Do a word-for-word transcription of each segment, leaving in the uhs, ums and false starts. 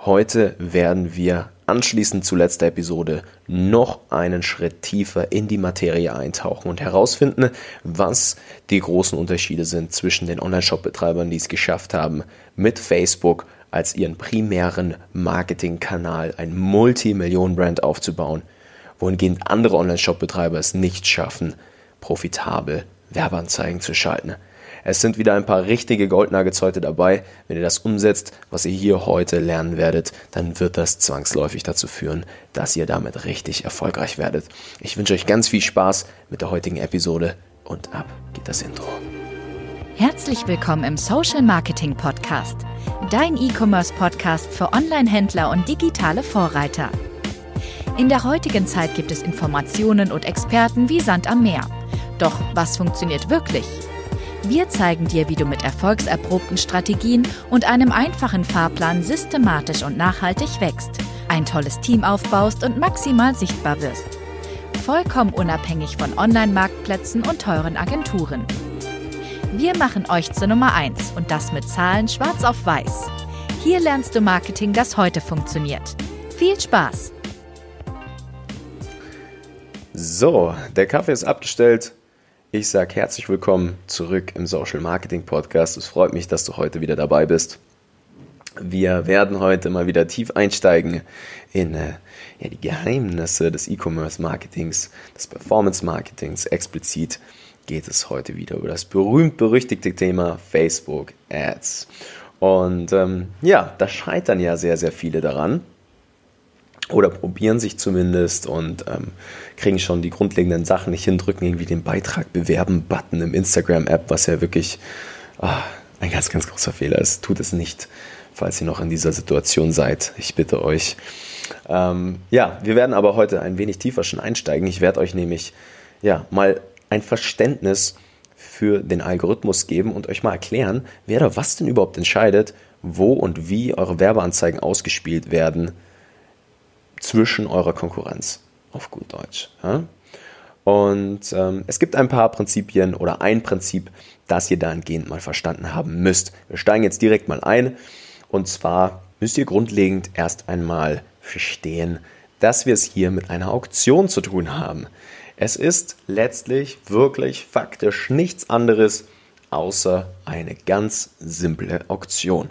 Heute werden wir anschließend zu letzter Episode noch einen Schritt tiefer in die Materie eintauchen und herausfinden, was die großen Unterschiede sind zwischen den Online-Shop-Betreibern, die es geschafft haben, mit Facebook als ihren primären Marketingkanal ein Multimillionen-Brand aufzubauen, wohingegen andere Online-Shop-Betreiber es nicht schaffen, profitabel Werbeanzeigen zu schalten. Es sind wieder ein paar richtige Goldnuggets heute dabei. Wenn ihr das umsetzt, was ihr hier heute lernen werdet, dann wird das zwangsläufig dazu führen, dass ihr damit richtig erfolgreich werdet. Ich wünsche euch ganz viel Spaß mit der heutigen Episode und ab geht das Intro. Herzlich willkommen im Social Marketing Podcast, dein E-Commerce-Podcast für Online-Händler und digitale Vorreiter. In der heutigen Zeit gibt es Informationen und Experten wie Sand am Meer. Doch was funktioniert wirklich? Wir zeigen dir, wie du mit erfolgserprobten Strategien und einem einfachen Fahrplan systematisch und nachhaltig wächst, ein tolles Team aufbaust und maximal sichtbar wirst. Vollkommen unabhängig von Online-Marktplätzen und teuren Agenturen. Wir machen euch zur Nummer eins und das mit Zahlen schwarz auf weiß. Hier lernst du Marketing, das heute funktioniert. Viel Spaß! So, der Kaffee ist abgestellt. Ich sage herzlich willkommen zurück im Social Marketing Podcast. Es freut mich, dass du heute wieder dabei bist. Wir werden heute mal wieder tief einsteigen in äh, ja, die Geheimnisse des E-Commerce Marketings, des Performance Marketings. Explizit geht es heute wieder über das berühmt-berüchtigte Thema Facebook Ads. Und ähm, ja, da scheitern ja sehr, sehr viele daran. Oder probieren sich zumindest und ähm, kriegen schon die grundlegenden Sachen nicht hin, drücken irgendwie den Beitrag bewerben-Button im Instagram-App, was ja wirklich oh, ein ganz, ganz großer Fehler ist. Tut es nicht, falls ihr noch in dieser Situation seid. Ich bitte euch. Ähm, ja, wir werden aber heute ein wenig tiefer schon einsteigen. Ich werde euch nämlich ja mal ein Verständnis für den Algorithmus geben und euch mal erklären, wer oder was denn überhaupt entscheidet, wo und wie eure Werbeanzeigen ausgespielt werden zwischen eurer Konkurrenz, auf gut Deutsch. Ja? Und ähm, es gibt ein paar Prinzipien oder ein Prinzip, das ihr dahingehend mal verstanden haben müsst. Wir steigen jetzt direkt mal ein und zwar müsst ihr grundlegend erst einmal verstehen, dass wir es hier mit einer Auktion zu tun haben. Es ist letztlich wirklich faktisch nichts anderes außer eine ganz simple Auktion.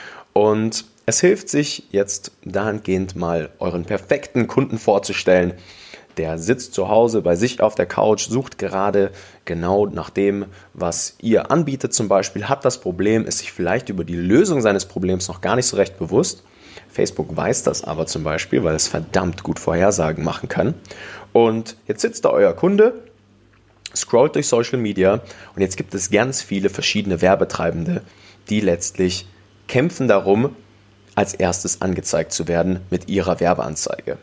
Und es hilft sich jetzt dahingehend mal euren perfekten Kunden vorzustellen. Der sitzt zu Hause bei sich auf der Couch, sucht gerade genau nach dem, was ihr anbietet zum Beispiel, hat das Problem, ist sich vielleicht über die Lösung seines Problems noch gar nicht so recht bewusst. Facebook weiß das aber zum Beispiel, weil es verdammt gut Vorhersagen machen kann. Und jetzt sitzt da euer Kunde, scrollt durch Social Media und jetzt gibt es ganz viele verschiedene Werbetreibende, die letztlich kämpfen darum, als erstes angezeigt zu werden mit ihrer Werbeanzeige.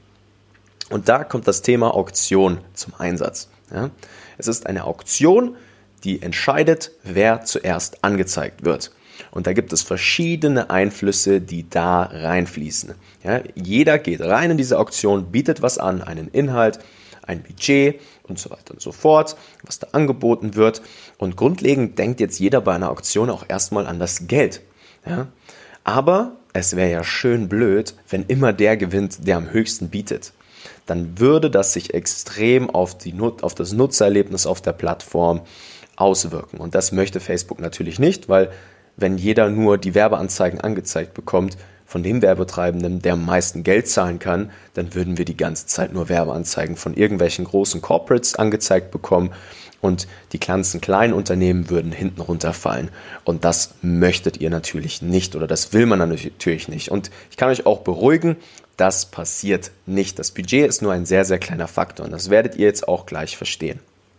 Und da kommt das Thema Auktion zum Einsatz. Ja, es ist eine Auktion, die entscheidet, wer zuerst angezeigt wird. Und da gibt es verschiedene Einflüsse, die da reinfließen. Ja, jeder geht rein in diese Auktion, bietet was an, einen Inhalt, ein Budget und so weiter und so fort, was da angeboten wird. Und grundlegend denkt jetzt jeder bei einer Auktion auch erstmal an das Geld. Ja, aber es wäre ja schön blöd, wenn immer der gewinnt, der am höchsten bietet. Dann würde das sich extrem auf, die, auf das Nutzererlebnis auf der Plattform auswirken. Und das möchte Facebook natürlich nicht, weil wenn jeder nur die Werbeanzeigen angezeigt bekommt von dem Werbetreibenden, der am meisten Geld zahlen kann, dann würden wir die ganze Zeit nur Werbeanzeigen von irgendwelchen großen Corporates angezeigt bekommen und die ganzen kleinen Unternehmen würden hinten runterfallen. Und das möchtet ihr natürlich nicht oder das will man natürlich nicht. Und ich kann euch auch beruhigen, das passiert nicht. Das Budget ist nur ein sehr, sehr kleiner Faktor und das werdet ihr jetzt auch gleich verstehen.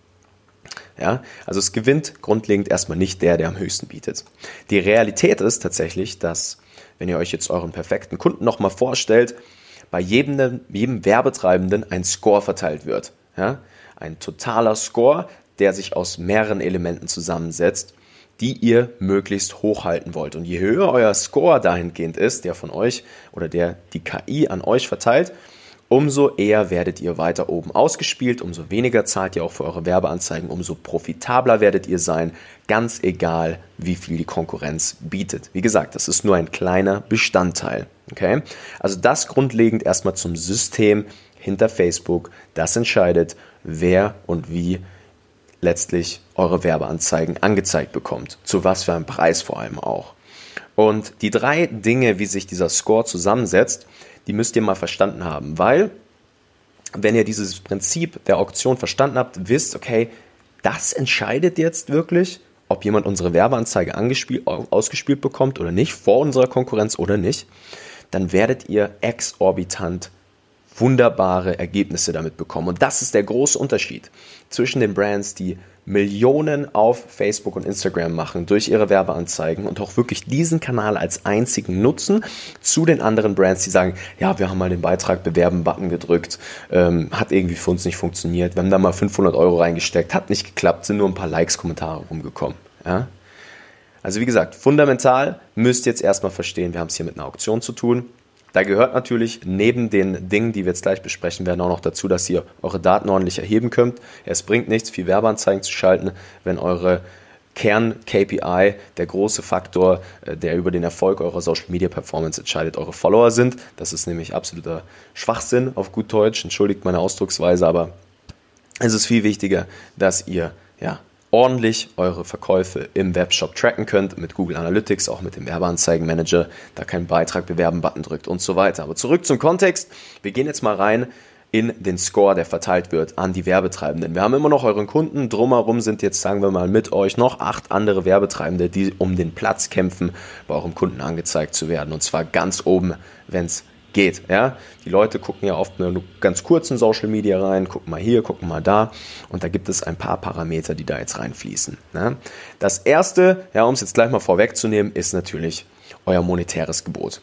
Ja, also es gewinnt grundlegend erstmal nicht der, der am höchsten bietet. Die Realität ist tatsächlich, dass, wenn ihr euch jetzt euren perfekten Kunden nochmal vorstellt, bei jedem, jedem Werbetreibenden ein Score verteilt wird. Ja, ein totaler Score, der sich aus mehreren Elementen zusammensetzt, die ihr möglichst hochhalten wollt. Und je höher euer Score dahingehend ist, der von euch oder der die K I an euch verteilt, umso eher werdet ihr weiter oben ausgespielt, umso weniger zahlt ihr auch für eure Werbeanzeigen, umso profitabler werdet ihr sein, ganz egal, wie viel die Konkurrenz bietet. Wie gesagt, das ist nur ein kleiner Bestandteil. Okay? Also das grundlegend erstmal zum System hinter Facebook. Das entscheidet, wer und wie letztlich eure Werbeanzeigen angezeigt bekommt. Zu was für einem Preis vor allem auch. Und die drei Dinge, wie sich dieser Score zusammensetzt, die müsst ihr mal verstanden haben, weil wenn ihr dieses Prinzip der Auktion verstanden habt, wisst, okay, das entscheidet jetzt wirklich, ob jemand unsere Werbeanzeige angespielt, ausgespielt bekommt oder nicht, vor unserer Konkurrenz oder nicht, dann werdet ihr exorbitant wunderbare Ergebnisse damit bekommen. Und das ist der große Unterschied zwischen den Brands, die Millionen auf Facebook und Instagram machen durch ihre Werbeanzeigen und auch wirklich diesen Kanal als einzigen nutzen, zu den anderen Brands, die sagen, ja, wir haben mal den Beitrag Bewerben-Button gedrückt, ähm, hat irgendwie für uns nicht funktioniert, wir haben da mal fünfhundert Euro reingesteckt, hat nicht geklappt, sind nur ein paar Likes, Kommentare rumgekommen. Ja? Also wie gesagt, fundamental müsst ihr jetzt erstmal verstehen, wir haben es hier mit einer Auktion zu tun. Da gehört natürlich neben den Dingen, die wir jetzt gleich besprechen werden, auch noch dazu, dass ihr eure Daten ordentlich erheben könnt. Es bringt nichts, viel Werbeanzeigen zu schalten, wenn eure Kern-K P I, der große Faktor, der über den Erfolg eurer Social-Media-Performance entscheidet, eure Follower sind. Das ist nämlich absoluter Schwachsinn auf gut Deutsch, entschuldigt meine Ausdrucksweise, aber es ist viel wichtiger, dass ihr ja ordentlich eure Verkäufe im Webshop tracken könnt, mit Google Analytics, auch mit dem Werbeanzeigenmanager, da kein Beitrag bewerben-Button drückt und so weiter. Aber zurück zum Kontext. Wir gehen jetzt mal rein in den Score, der verteilt wird an die Werbetreibenden. Wir haben immer noch euren Kunden, drumherum sind jetzt, sagen wir mal, mit euch noch acht andere Werbetreibende, die um den Platz kämpfen, bei eurem Kunden angezeigt zu werden. Und zwar ganz oben, wenn es geht. Ja? Die Leute gucken ja oft nur ganz kurz in Social Media rein, gucken mal hier, gucken mal da und da gibt es ein paar Parameter, die da jetzt reinfließen. Ne? Das erste, ja, um es jetzt gleich mal vorwegzunehmen, ist natürlich euer monetäres Gebot.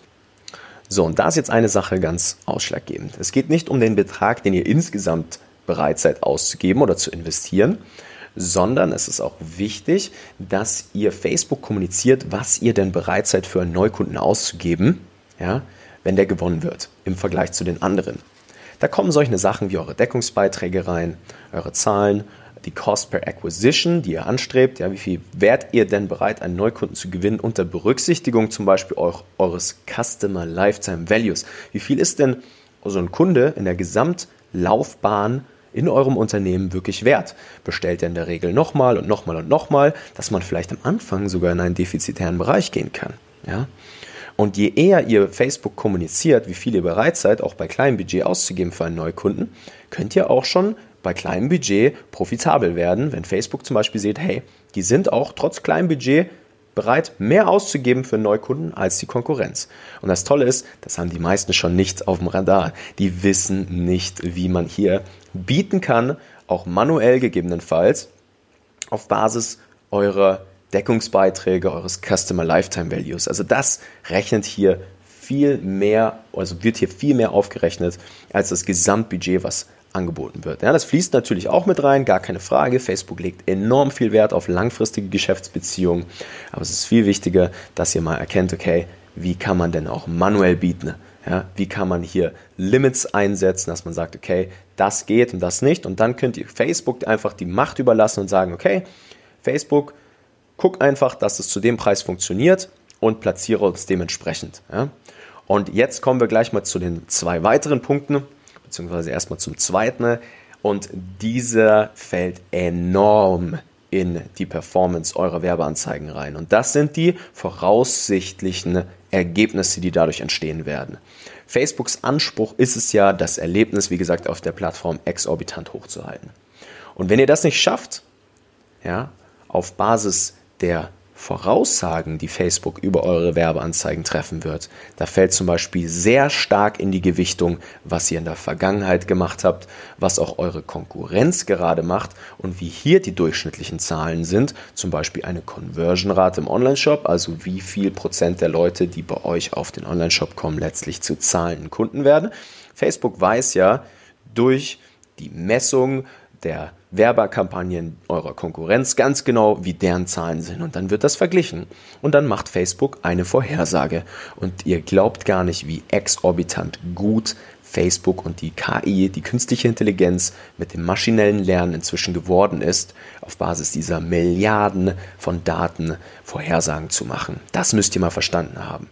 So, und da ist jetzt eine Sache ganz ausschlaggebend. Es geht nicht um den Betrag, den ihr insgesamt bereit seid auszugeben oder zu investieren, sondern es ist auch wichtig, dass ihr Facebook kommuniziert, was ihr denn bereit seid für einen Neukunden auszugeben, ja, wenn der gewonnen wird, im Vergleich zu den anderen. Da kommen solche Sachen wie eure Deckungsbeiträge rein, eure Zahlen, die Cost per Acquisition, die ihr anstrebt, ja, wie viel wärt ihr denn bereit, einen Neukunden zu gewinnen, unter Berücksichtigung zum Beispiel auch eures Customer Lifetime Values. Wie viel ist denn so ein Kunde in der Gesamtlaufbahn in eurem Unternehmen wirklich wert? Bestellt er in der Regel nochmal und nochmal und nochmal, dass man vielleicht am Anfang sogar in einen defizitären Bereich gehen kann, ja? Und je eher ihr Facebook kommuniziert, wie viel ihr bereit seid, auch bei kleinem Budget auszugeben für einen Neukunden, könnt ihr auch schon bei kleinem Budget profitabel werden, wenn Facebook zum Beispiel sieht, hey, die sind auch trotz kleinem Budget bereit, mehr auszugeben für einen Neukunden als die Konkurrenz. Und das Tolle ist, das haben die meisten schon nicht auf dem Radar. Die wissen nicht, wie man hier bieten kann, auch manuell gegebenenfalls, auf Basis eurer Deckungsbeiträge, eures Customer Lifetime Values. Also das rechnet hier viel mehr, also wird hier viel mehr aufgerechnet als das Gesamtbudget, was angeboten wird. Ja, das fließt natürlich auch mit rein, gar keine Frage. Facebook legt enorm viel Wert auf langfristige Geschäftsbeziehungen, aber es ist viel wichtiger, dass ihr mal erkennt, okay, wie kann man denn auch manuell bieten? Ja, wie kann man hier Limits einsetzen, dass man sagt, okay, das geht und das nicht, und dann könnt ihr Facebook einfach die Macht überlassen und sagen, okay, Facebook, guck einfach, dass es zu dem Preis funktioniert und platziere uns dementsprechend. Ja? Und jetzt kommen wir gleich mal zu den zwei weiteren Punkten, beziehungsweise erstmal zum zweiten. Und dieser fällt enorm in die Performance eurer Werbeanzeigen rein. Und das sind die voraussichtlichen Ergebnisse, die dadurch entstehen werden. Facebooks Anspruch ist es ja, das Erlebnis, wie gesagt, auf der Plattform exorbitant hochzuhalten. Und wenn ihr das nicht schafft, ja, auf Basis der Voraussagen, die Facebook über eure Werbeanzeigen treffen wird, da fällt zum Beispiel sehr stark in die Gewichtung, was ihr in der Vergangenheit gemacht habt, was auch eure Konkurrenz gerade macht und wie hier die durchschnittlichen Zahlen sind, zum Beispiel eine Conversion-Rate im Onlineshop, also wie viel Prozent der Leute, die bei euch auf den Onlineshop kommen, letztlich zu zahlenden Kunden werden. Facebook weiß ja durch die Messung der Werbekampagnen eurer Konkurrenz ganz genau, wie deren Zahlen sind, und dann wird das verglichen und dann macht Facebook eine Vorhersage und ihr glaubt gar nicht, wie exorbitant gut Facebook und die K I, die künstliche Intelligenz mit dem maschinellen Lernen inzwischen geworden ist, auf Basis dieser Milliarden von Daten Vorhersagen zu machen. Das müsst ihr mal verstanden haben.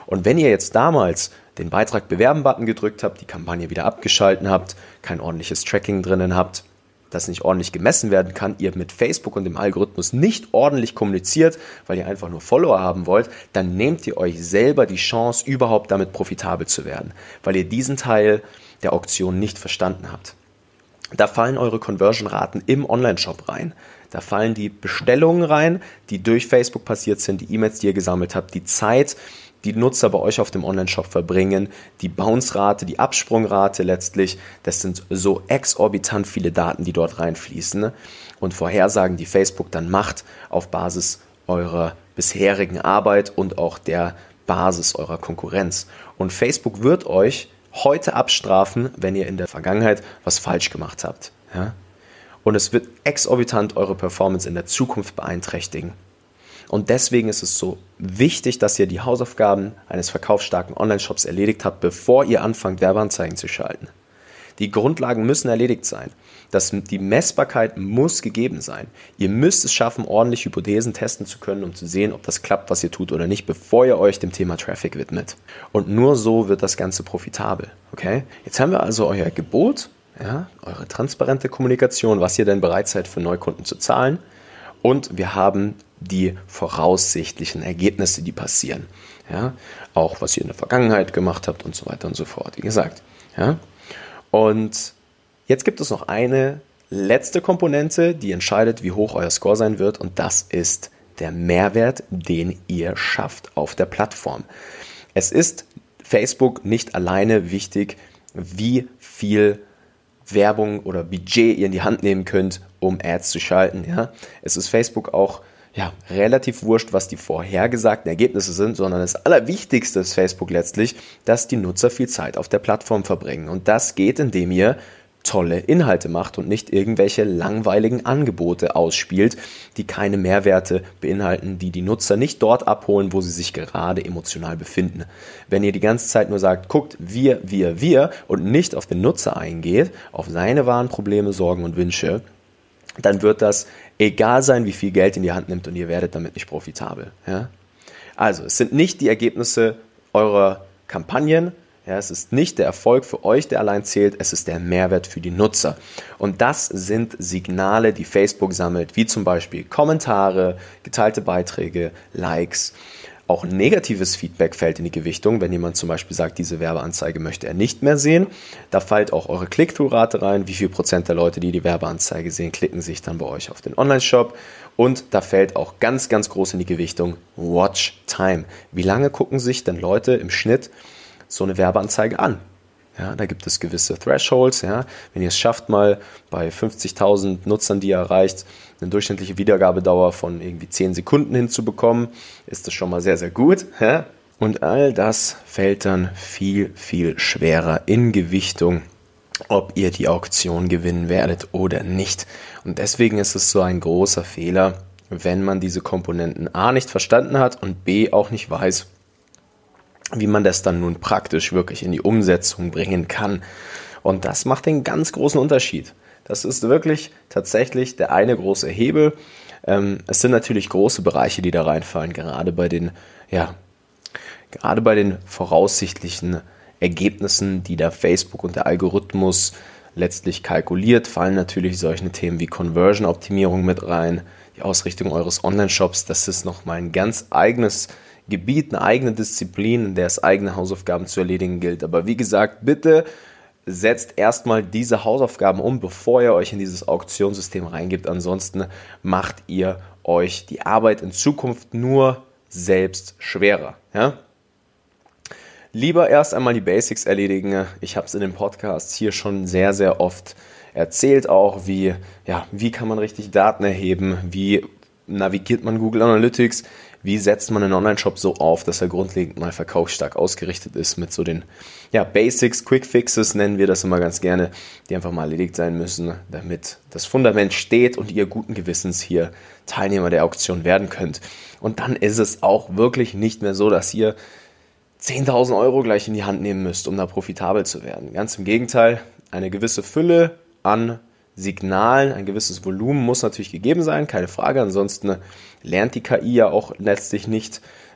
Und wenn ihr jetzt damals den Beitrag Bewerben-Button gedrückt habt, die Kampagne wieder abgeschalten habt, kein ordentliches Tracking drinnen habt, das nicht ordentlich gemessen werden kann, ihr mit Facebook und dem Algorithmus nicht ordentlich kommuniziert, weil ihr einfach nur Follower haben wollt, dann nehmt ihr euch selber die Chance, überhaupt damit profitabel zu werden, weil ihr diesen Teil der Auktion nicht verstanden habt. Da fallen eure Conversion-Raten im Online-Shop rein. Da fallen die Bestellungen rein, die durch Facebook passiert sind, die E-Mails, die ihr gesammelt habt, die Zeit, die Nutzer bei euch auf dem Online-Shop verbringen, die Bounce-Rate, die Absprungrate letztlich, das sind so exorbitant viele Daten, die dort reinfließen und Vorhersagen, die Facebook dann macht auf Basis eurer bisherigen Arbeit und auch der Basis eurer Konkurrenz. Und Facebook wird euch heute abstrafen, wenn ihr in der Vergangenheit was falsch gemacht habt. Ja? Und es wird exorbitant eure Performance in der Zukunft beeinträchtigen. Und deswegen ist es so wichtig, dass ihr die Hausaufgaben eines verkaufsstarken Online-Shops erledigt habt, bevor ihr anfangt, Werbeanzeigen zu schalten. Die Grundlagen müssen erledigt sein. Das, die Messbarkeit muss gegeben sein. Ihr müsst es schaffen, ordentlich Hypothesen testen zu können, um zu sehen, ob das klappt, was ihr tut oder nicht, bevor ihr euch dem Thema Traffic widmet. Und nur so wird das Ganze profitabel. Okay? Jetzt haben wir also euer Gebot, ja, eure transparente Kommunikation, was ihr denn bereit seid, für Neukunden zu zahlen. Und wir haben die voraussichtlichen Ergebnisse, die passieren. Ja, auch was ihr in der Vergangenheit gemacht habt und so weiter und so fort, wie gesagt. Ja. Und jetzt gibt es noch eine letzte Komponente, die entscheidet, wie hoch euer Score sein wird, und das ist der Mehrwert, den ihr schafft auf der Plattform. Es ist Facebook nicht alleine wichtig, wie viel Werbung oder Budget ihr in die Hand nehmen könnt, um Ads zu schalten. Ja. Es ist Facebook auch ja, relativ wurscht, was die vorhergesagten Ergebnisse sind, sondern das Allerwichtigste ist Facebook letztlich, dass die Nutzer viel Zeit auf der Plattform verbringen. Und das geht, indem ihr tolle Inhalte macht und nicht irgendwelche langweiligen Angebote ausspielt, die keine Mehrwerte beinhalten, die die Nutzer nicht dort abholen, wo sie sich gerade emotional befinden. Wenn ihr die ganze Zeit nur sagt, guckt, wir, wir, wir und nicht auf den Nutzer eingeht, auf seine wahren Probleme, Sorgen und Wünsche, dann wird das egal sein, wie viel Geld in die Hand nimmt, und ihr werdet damit nicht profitabel. Ja? Also, es sind nicht die Ergebnisse eurer Kampagnen, ja, es ist nicht der Erfolg für euch, der allein zählt, es ist der Mehrwert für die Nutzer. Und das sind Signale, die Facebook sammelt, wie zum Beispiel Kommentare, geteilte Beiträge, Likes. Auch negatives Feedback fällt in die Gewichtung, wenn jemand zum Beispiel sagt, diese Werbeanzeige möchte er nicht mehr sehen. Da fällt auch eure Click-Through-Rate rein, wie viel Prozent der Leute, die die Werbeanzeige sehen, klicken sich dann bei euch auf den Online-Shop. Und da fällt auch ganz, ganz groß in die Gewichtung Watch Time. Wie lange gucken sich denn Leute im Schnitt so eine Werbeanzeige an? Ja, da gibt es gewisse Thresholds. Ja. Wenn ihr es schafft, mal bei fünfzigtausend Nutzern, die ihr erreicht, eine durchschnittliche Wiedergabedauer von irgendwie zehn Sekunden hinzubekommen, ist das schon mal sehr, sehr gut. Ja. Und all das fällt dann viel, viel schwerer in Gewichtung, ob ihr die Auktion gewinnen werdet oder nicht. Und deswegen ist es so ein großer Fehler, wenn man diese Komponenten A nicht verstanden hat und B auch nicht weiß, wie man das dann nun praktisch wirklich in die Umsetzung bringen kann. Und das macht den ganz großen Unterschied. Das ist wirklich tatsächlich der eine große Hebel. Ähm, es sind natürlich große Bereiche, die da reinfallen, gerade bei den, ja, gerade bei den voraussichtlichen Ergebnissen, die der Facebook und der Algorithmus letztlich kalkuliert, fallen natürlich solche Themen wie Conversion-Optimierung mit rein, die Ausrichtung eures Online-Shops. Das ist nochmal ein ganz eigenes Gebiet, eine eigene Disziplin, in der es eigene Hausaufgaben zu erledigen gilt. Aber wie gesagt, bitte setzt erstmal diese Hausaufgaben um, bevor ihr euch in dieses Auktionssystem reingibt. Ansonsten macht ihr euch die Arbeit in Zukunft nur selbst schwerer. Ja? Lieber erst einmal die Basics erledigen. Ich habe es in den Podcasts hier schon sehr, sehr oft erzählt, auch wie, ja, wie kann man richtig Daten erheben, wie navigiert man Google Analytics, wie setzt man einen Online-Shop so auf, dass er grundlegend mal verkaufsstark ausgerichtet ist mit so den ja, Basics, Quick Fixes nennen wir das immer ganz gerne, die einfach mal erledigt sein müssen, damit das Fundament steht und ihr guten Gewissens hier Teilnehmer der Auktion werden könnt. Und dann ist es auch wirklich nicht mehr so, dass ihr zehntausend Euro gleich in die Hand nehmen müsst, um da profitabel zu werden. Ganz im Gegenteil, eine gewisse Fülle an Signalen, ein gewisses Volumen muss natürlich gegeben sein, keine Frage. Ansonsten lernt die K I ja auch letztlich nicht,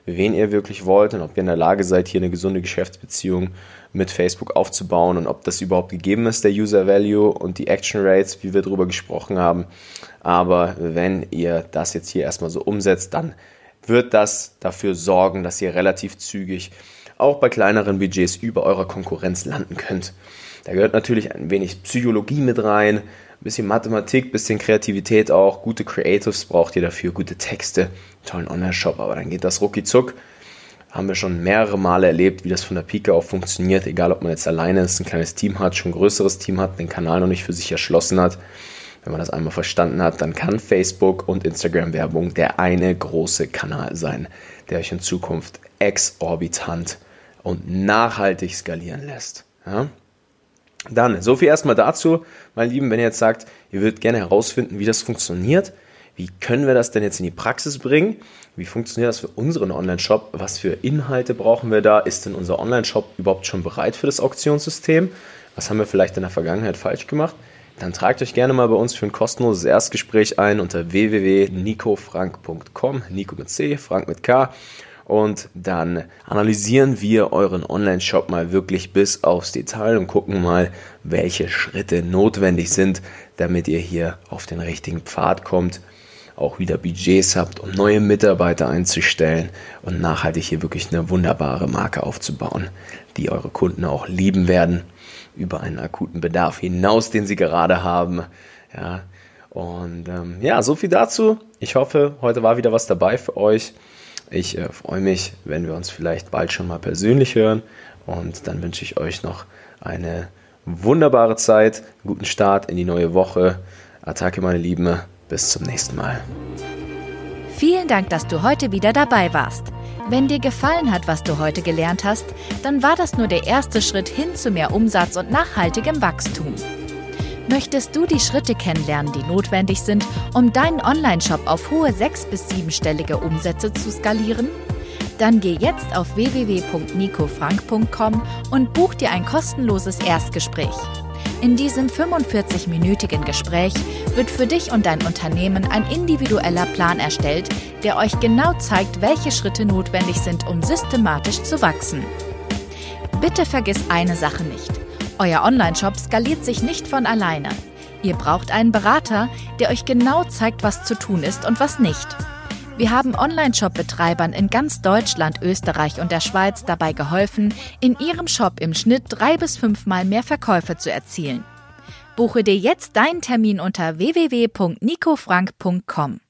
wen ihr wirklich wollt und ob ihr in der Lage seid, hier eine gesunde Geschäftsbeziehung mit Facebook aufzubauen und ob das überhaupt gegeben ist, der User Value und die Action Rates, wie wir darüber gesprochen haben. Aber wenn ihr das jetzt hier erstmal so umsetzt, dann wird das dafür sorgen, dass ihr relativ zügig auch bei kleineren Budgets über eurer Konkurrenz landen könnt. Da gehört natürlich ein wenig Psychologie mit rein, ein bisschen Mathematik, ein bisschen Kreativität auch, gute Creatives braucht ihr dafür, gute Texte, tollen Online-Shop, aber dann geht das rucki-zuck. Haben wir schon mehrere Male erlebt, wie das von der Pike auf funktioniert, egal ob man jetzt alleine ist, ein kleines Team hat, schon ein größeres Team hat, den Kanal noch nicht für sich erschlossen hat. Wenn man das einmal verstanden hat, dann kann Facebook und Instagram-Werbung der eine große Kanal sein, der euch in Zukunft exorbitant und nachhaltig skalieren lässt. Ja? Dann, so viel erstmal dazu, meine Lieben, wenn ihr jetzt sagt, ihr würdet gerne herausfinden, wie das funktioniert, wie können wir das denn jetzt in die Praxis bringen? Wie funktioniert das für unseren Online-Shop? Was für Inhalte brauchen wir da? Ist denn unser Online-Shop überhaupt schon bereit für das Auktionssystem? Was haben wir vielleicht in der Vergangenheit falsch gemacht? Dann tragt euch gerne mal bei uns für ein kostenloses Erstgespräch ein unter w w w punkt nico frank punkt com, Nico mit C, Frank mit K. Und dann analysieren wir euren Online-Shop mal wirklich bis aufs Detail und gucken mal, welche Schritte notwendig sind, damit ihr hier auf den richtigen Pfad kommt, auch wieder Budgets habt, um neue Mitarbeiter einzustellen und nachhaltig hier wirklich eine wunderbare Marke aufzubauen, die eure Kunden auch lieben werden, über einen akuten Bedarf hinaus, den sie gerade haben. Ja, und ähm, ja, so viel dazu. Ich hoffe, heute war wieder was dabei für euch. Ich äh, freue mich, wenn wir uns vielleicht bald schon mal persönlich hören und dann wünsche ich euch noch eine wunderbare Zeit, einen guten Start in die neue Woche. Attacke, meine Lieben, bis zum nächsten Mal. Vielen Dank, dass du heute wieder dabei warst. Wenn dir gefallen hat, was du heute gelernt hast, dann war das nur der erste Schritt hin zu mehr Umsatz und nachhaltigem Wachstum. Möchtest du die Schritte kennenlernen, die notwendig sind, um deinen Online-Shop auf hohe sechs- bis siebenstellige Umsätze zu skalieren? Dann geh jetzt auf w w w punkt nico frank punkt com und buch dir ein kostenloses Erstgespräch. In diesem fünfundvierzig-minütigen Gespräch wird für dich und dein Unternehmen ein individueller Plan erstellt, der euch genau zeigt, welche Schritte notwendig sind, um systematisch zu wachsen. Bitte vergiss eine Sache nicht. Euer Online-Shop skaliert sich nicht von alleine. Ihr braucht einen Berater, der euch genau zeigt, was zu tun ist und was nicht. Wir haben Online-Shop-Betreibern in ganz Deutschland, Österreich und der Schweiz dabei geholfen, in ihrem Shop im Schnitt drei bis fünfmal mehr Verkäufe zu erzielen. Buche dir jetzt deinen Termin unter w w w punkt nico frank punkt com.